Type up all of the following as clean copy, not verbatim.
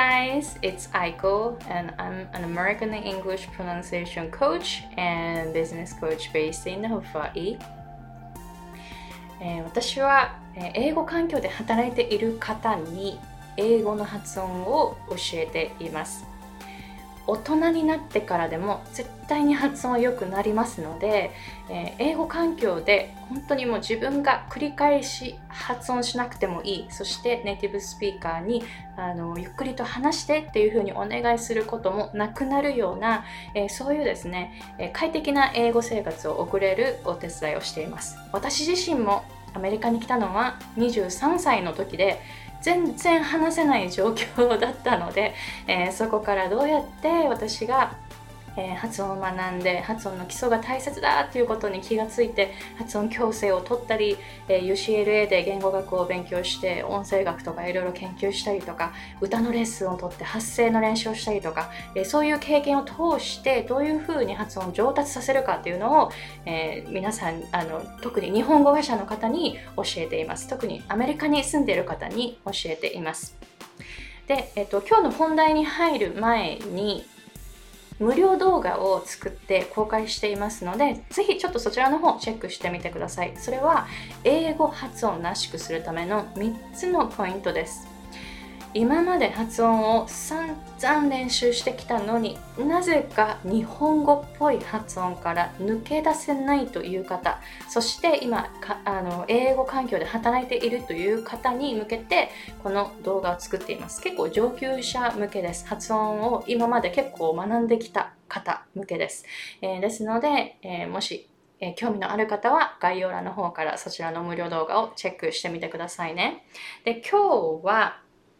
guys, it's Aiko and I'm an American English pronunciation coach and business coach based in Hawaii. 私は英語環境で働いている方に英語の発音を教えています。大人になってからでも絶対に発音は良くなりますので、英語環境で本当にもう自分が繰り返し発音しなくてもいい、そしてネイティブスピーカーにゆっくりと話してっていうふうにお願いすることもなくなるような、そういうですね、快適な英語生活を送れるお手伝いをしています。私自身もアメリカに来たのは23歳の時で全然話せない状況だったので、そこからどうやって私が、発音を学んで発音の基礎が大切だっていうことに気がついて発音矯正を取ったり、UCLA で言語学を勉強して音声学とかいろいろ研究したりとか歌のレッスンを取って発声の練習をしたりとか、そういう経験を通してどういうふうに発音を上達させるかっていうのを、皆さん特に日本語話者の方に教えています。特にアメリカに住んでいる方に教えています。で、今日の本題に入る前に無料動画を作って公開していますので、ぜひちょっとそちらの方チェックしてみてください。それは英語発音らしくするための3つのポイントです。今まで発音を散々練習してきたのになぜか日本語っぽい発音から抜け出せないという方、そして今英語環境で働いているという方に向けてこの動画を作っています。結構上級者向けです。発音を今まで結構学んできた方向けです。ですので、もし興味のある方は概要欄の方からそちらの無料動画をチェックしてみてくださいね。で、今日は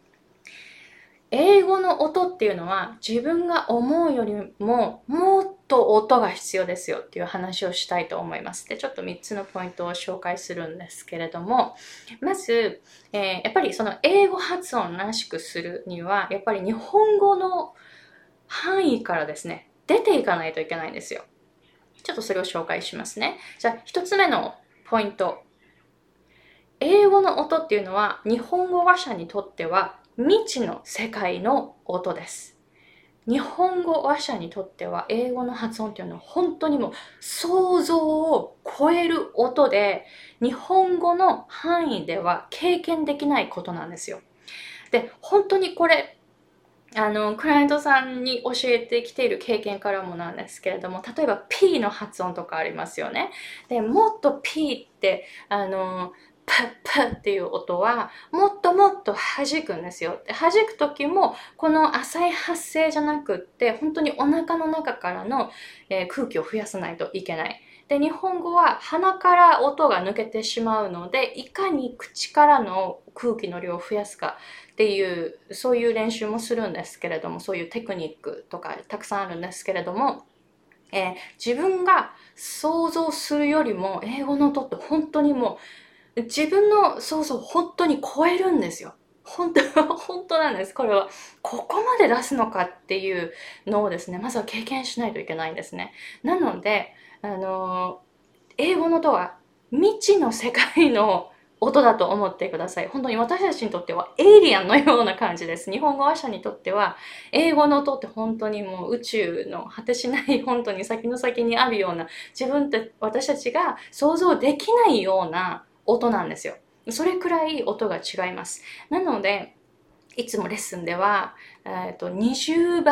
英語の音っていうのは自分が思うよりももっと音が必要ですよっていう話をしたいと思います。で、ちょっと3つのポイントを紹介するんですけれども、まず、やっぱりその英語発音らしくするにはやっぱり日本語の範囲からですね、出ていかないといけないんですよ。ちょっとそれを紹介しますね。じゃあ1つ目のポイント。英語の音っていうのは日本語話者にとっては未知の世界の音です。日本語話者にとっては英語の発音っていうのは本当にもう想像を超える音で日本語の範囲では経験できないことなんですよ。で、本当にこれクライアントさんに教えてきている経験からもなんですけれども、例えば P の発音とかありますよね。で、もっと P ってプっていう音はもっともっと弾くんですよ。で、弾く時もこの浅い発声じゃなくって本当にお腹の中からの、空気を増やさないといけない。で、日本語は鼻から音が抜けてしまうので、いかに口からの空気の量を増やすかっていうそういう練習もするんですけれども、そういうテクニックとかたくさんあるんですけれども、自分が想像するよりも英語の音って本当にもう自分の想像を本当に超えるんですよ。本当なんです。これはここまで出すのかっていうのをですね、まずは経験しないといけないんですね。なので英語の音は未知の世界の音だと思ってください。本当に私たちにとってはエイリアンのような感じです。日本語話者にとっては英語の音って本当にもう宇宙の果てしない本当に先の先にあるような、私たちが想像できないような音なんですよ。それくらい音が違います。なのでいつもレッスンでは、20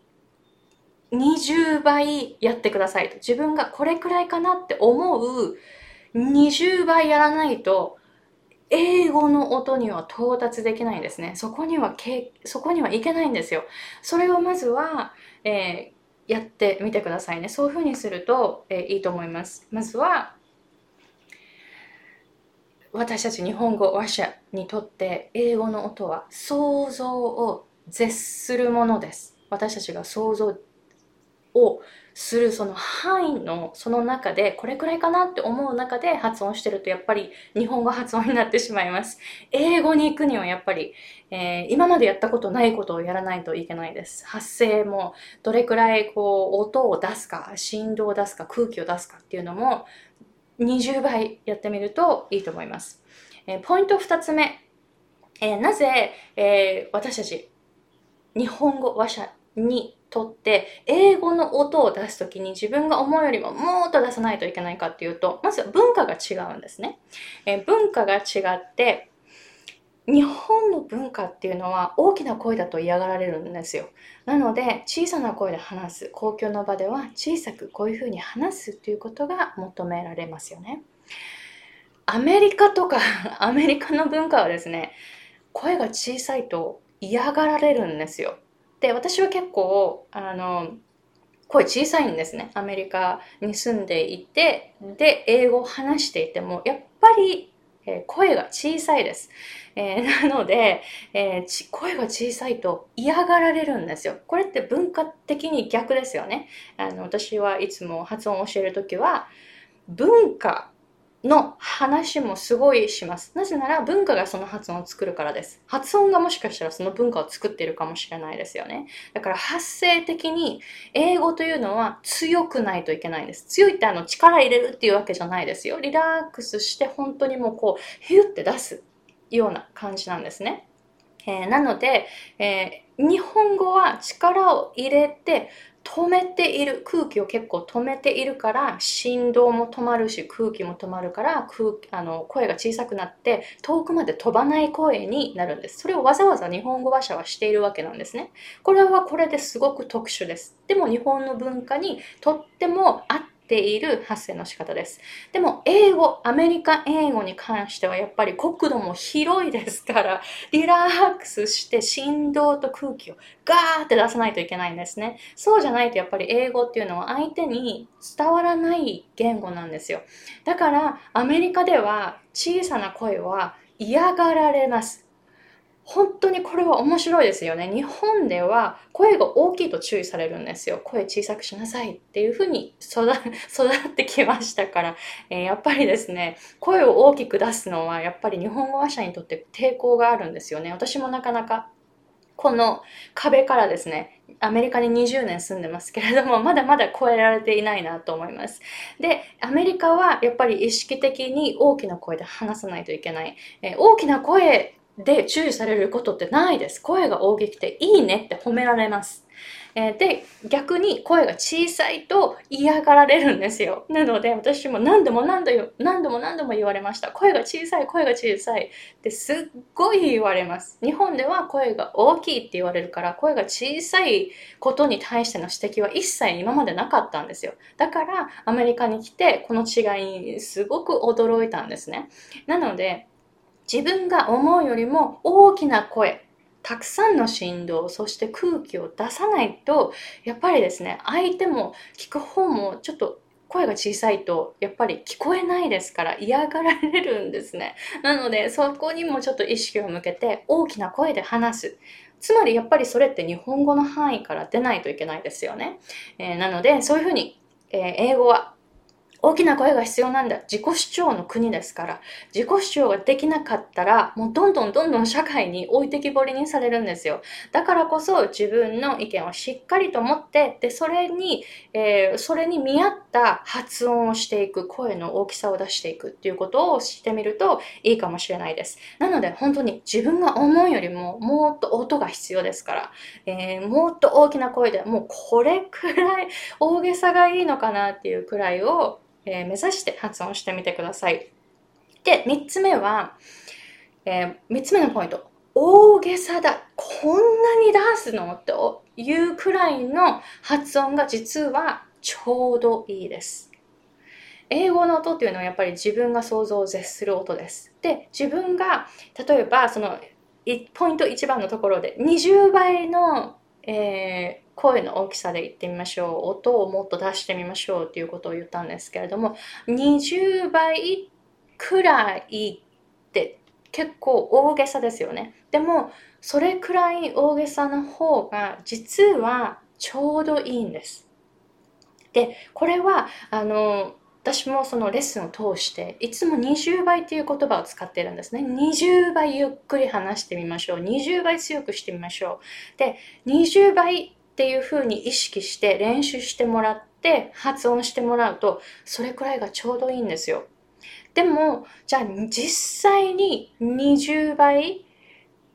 倍やってくださいと。自分がこれくらいかなって思う20倍やらないと英語の音には到達できないんですね。そこにはいけないんですよ。それをまずは、やってみてくださいね。そういうふうにすると、いいと思います。まずは私たち日本語話者にとって英語の音は想像を絶するものです。私たちが想像をするその範囲のその中でこれくらいかなって思う中で発音してるとやっぱり日本語発音になってしまいます。英語に行くにはやっぱり、今までやったことないことをやらないといけないです。発声もどれくらい音を出すか、振動を出すか、空気を出すかっていうのも20倍やってみるといいと思います。ポイント2つ目、なぜ、私たち日本語話者にとって英語の音を出すときに自分が思うよりももっと出さないといけないかっていうと、まずは文化が違うんですね。文化が違って、日本の文化っていうのは大きな声だと嫌がられるんですよ。なので小さな声で話す、公共の場では小さくこういうふうに話すということが求められますよね。アメリカとかアメリカの文化はですね、声が小さいと嫌がられるんですよ。で、私は結構声小さいんですね。アメリカに住んでいて、で、英語を話していても、やっぱり、声が小さいです。なので、声が小さいと嫌がられるんですよ。これって文化的に逆ですよね。私はいつも発音を教えるときは、文化の話もすごいします。なぜなら文化がその発音を作るからです。発音がもしかしたらその文化を作っているかもしれないですよね。だから発声的に英語というのは強くないといけないんです。強いって力入れるっていうわけじゃないですよ。リラックスして本当にもうこうヒュって出すような感じなんですね。なので、日本語は力を入れて止めている、空気を結構止めているから振動も止まるし空気も止まるから声が小さくなって遠くまで飛ばない声になるんです。それをわざわざ日本語話者はしているわけなんですね。これはこれですごく特殊です。でも日本の文化にとっても合っている発声の仕方です。でも英語、アメリカ英語に関してはやっぱり国土も広いですからリラックスして振動と空気をガーって出さないといけないんですね。そうじゃないとやっぱり英語っていうのは相手に伝わらない言語なんですよ。だからアメリカでは小さな声は嫌がられます。本当にこれは面白いですよね。日本では声が大きいと注意されるんですよ。声小さくしなさいっていうふうに育ってきましたから、やっぱりですね、声を大きく出すのはやっぱり日本語話者にとって抵抗があるんですよね。私もなかなかこの壁からですね、アメリカに20年住んでますけれども、まだまだ超えられていないなと思います。で、アメリカはやっぱり意識的に大きな声で話さないといけない。大きな声で注意されることってないです。声が大きくていいねって褒められます。で、逆に声が小さいと嫌がられるんですよ。なので、私も何度も言われました。声が小さい、声が小さいってすっごい言われます。日本では声が大きいって言われるから、声が小さいことに対しての指摘は一切今までなかったんですよ。だから、アメリカに来て、この違いにすごく驚いたんですね。なので、自分が思うよりも大きな声、たくさんの振動、そして空気を出さないと、やっぱりですね、相手も聞く方もちょっと声が小さいとやっぱり聞こえないですから嫌がられるんですね。なのでそこにもちょっと意識を向けて大きな声で話す。つまりやっぱりそれって日本語の範囲から出ないといけないですよね。なのでそういうふうに、英語は大きな声が必要なんだ。自己主張の国ですから。自己主張ができなかったら、もうどんどん社会に置いてきぼりにされるんですよ。だからこそ自分の意見をしっかりと持って、で、それに見合った発音をしていく、声の大きさを出していくっていうことをしてみるといいかもしれないです。なので本当に自分が思うよりももっと音が必要ですから、もっと大きな声で、もうこれくらい大げさがいいのかなっていうくらいを目指して発音してみてください。で、3つ目は、3つ目のポイント。大げさだ。こんなに出すのというくらいの発音が実はちょうどいいです。英語の音っていうのはやっぱり自分が想像を絶する音です。で、自分が例えばそのポイント1番のところで20倍の、声の大きさで言ってみましょう。音をもっと出してみましょうっていうことを言ったんですけれども、20倍くらいって結構大げさですよね。でも、それくらい大げさな方が実はちょうどいいんです。で、これは、私もそのレッスンを通していつも20倍っていう言葉を使ってるんですね。20倍ゆっくり話してみましょう。20倍強くしてみましょう。で、20倍っていう風に意識して練習してもらって発音してもらうとそれくらいがちょうどいいんですよ。でも、じゃあ実際に20倍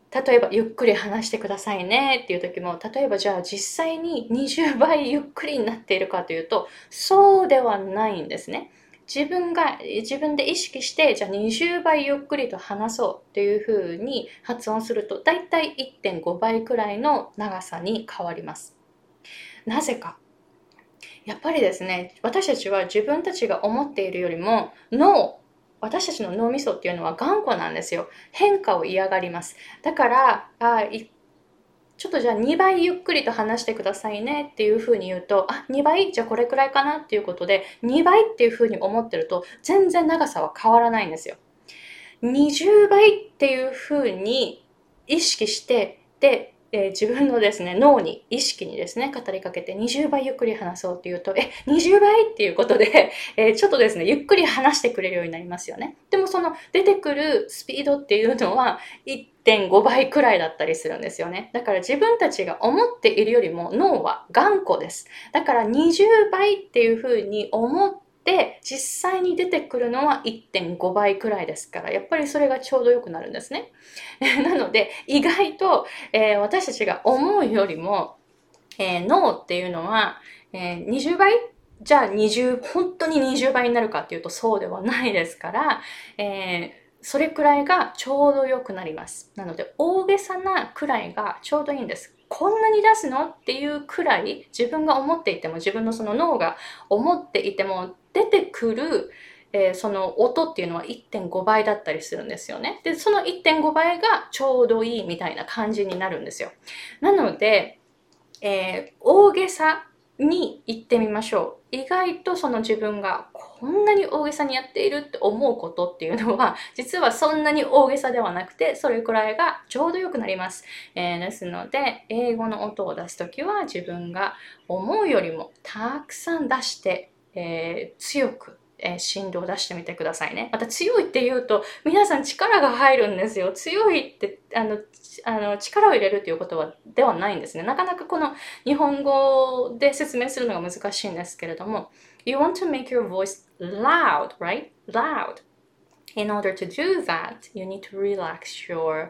例えばゆっくり話してくださいねっていう時も、例えばじゃあ実際に20倍ゆっくりになっているかというと、そうではないんですね。自分で意識して、じゃあ20倍ゆっくりと話そうっていう風に発音すると、だいたい 1.5 倍くらいの長さに変わります。なぜか。やっぱりですね、私たちは自分たちが思っているよりも私たちの脳みそっていうのは頑固なんですよ。変化を嫌がります。だから、ちょっとじゃあ2倍ゆっくりと話してくださいねっていう風に言うと、2倍じゃあこれくらいかなっていうことで、2倍っていう風に思ってると、全然長さは変わらないんですよ。20倍っていう風に意識して、で、自分のですね、脳に、意識にですね、語りかけて20倍ゆっくり話そうっていうと、20倍っていうことで、ちょっとですね、ゆっくり話してくれるようになりますよね。でもその出てくるスピードっていうのは 1.5 倍くらいだったりするんですよね。だから自分たちが思っているよりも脳は頑固です。だから20倍っていうふうに思ってで、実際に出てくるのは 1.5 倍くらいですから、やっぱりそれがちょうど良くなるんですね。なので、意外と、私たちが思うよりも、脳っていうのは、20倍じゃあ本当に20倍になるかっていうとそうではないですから、それくらいがちょうど良くなります。なので、大げさなくらいがちょうどいいんです。こんなに出すのっていうくらい、自分が思っていても、自分のその脳が思っていても、出てくる、その音っていうのは 1.5 倍だったりするんですよね。で、その 1.5 倍がちょうどいいみたいな感じになるんですよ。なので、大げさに言ってみましょう。意外とその自分がこんなに大げさにやっているって思うことっていうのは、実はそんなに大げさではなくて、それくらいがちょうど良くなります。ですので、英語の音を出すときは自分が思うよりもたくさん出して、強く振動を出してみてくださいね。また強いって言うと皆さん力が入るんですよ。強いって力を入れるということではないんですね。なかなかこの日本語で説明するのが難しいんですけれども、You want to make your voice loud, right? Loud. In order to do that, you need to relax your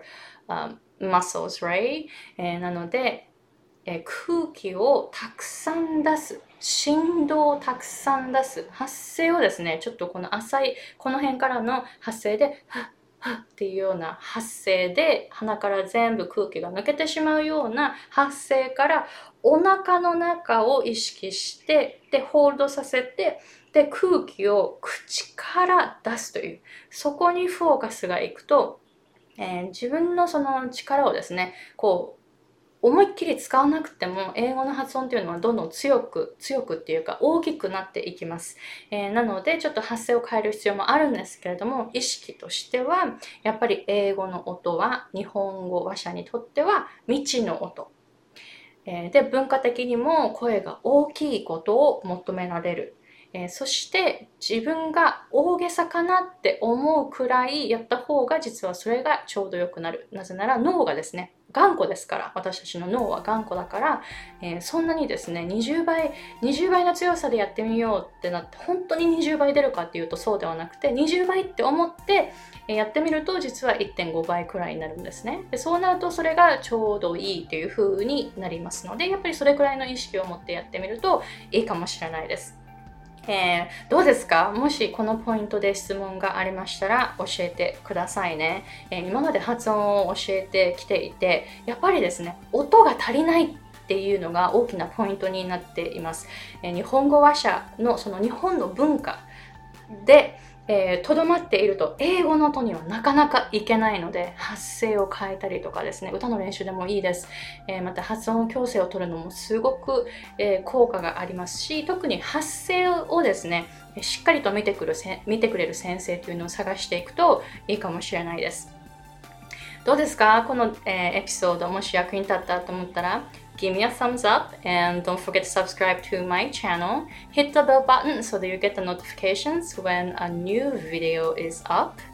muscles, right? なので、空気をたくさん出す。振動をたくさん出す。発声をですね、ちょっとこの浅い、この辺からの発声で、っていうような発声で鼻から全部空気が抜けてしまうような発声からお腹の中を意識してでホールドさせてで空気を口から出すというそこにフォーカスがいくと、自分のその力をですね思いっきり使わなくても英語の発音というのはどんどん強くっていうか大きくなっていきます、なのでちょっと発声を変える必要もあるんですけれども意識としてはやっぱり英語の音は日本語話者にとっては未知の音、で文化的にも声が大きいことを求められる、そして自分が大げさかなって思うくらいやった方が実はそれがちょうどよくなる。なぜなら脳がですね頑固ですから私たちの脳は頑固だから、そんなにですね20倍の強さでやってみようってなって本当に20倍出るかっていうとそうではなくて20倍って思ってやってみると実は 1.5 倍くらいになるんですね。でそうなるとそれがちょうどいいという風になりますのでやっぱりそれくらいの意識を持ってやってみるといいかもしれないです。どうですか？もしこのポイントで質問がありましたら教えてくださいね。今まで発音を教えてきていてやっぱりですね音が足りないっていうのが大きなポイントになっています。日本語話者のその日本の文化でとどまっていると英語の音にはなかなかいけないので発声を変えたりとかですね歌の練習でもいいです、また発音矯正を取るのもすごく、効果がありますし特に発声をですねしっかりと見てくれる先生というのを探していくといいかもしれないです。どうですかこの、エピソードもし役に立ったと思ったらgive me a thumbs up and don't forget to subscribe to my channel. Hit the bell button so that you get the notifications when a new video is up.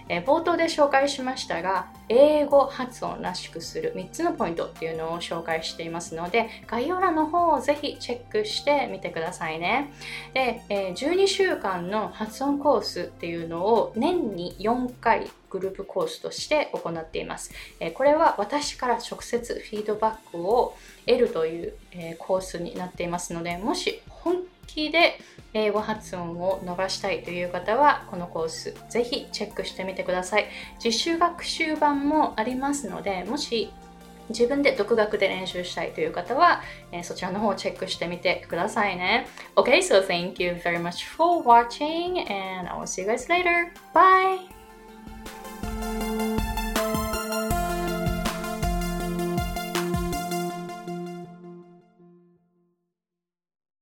冒頭で紹介しましたが、英語発音らしくする3つのポイントっていうのを紹介していますので、概要欄の方をぜひチェックしてみてくださいね。で、12週間の発音コースっていうのを年に4回グループコースとして行っています。これは私から直接フィードバックを得るという、コースになっていますので、もし本気で英語発音を伸ばしたいという方はこのコースぜひチェックしてみてください。実習学習版もありますので、もし自分で独学で練習したいという方は、そちらの方をチェックしてみてくださいね。Okay, so thank you very much for watching and I will see you guys later. Bye!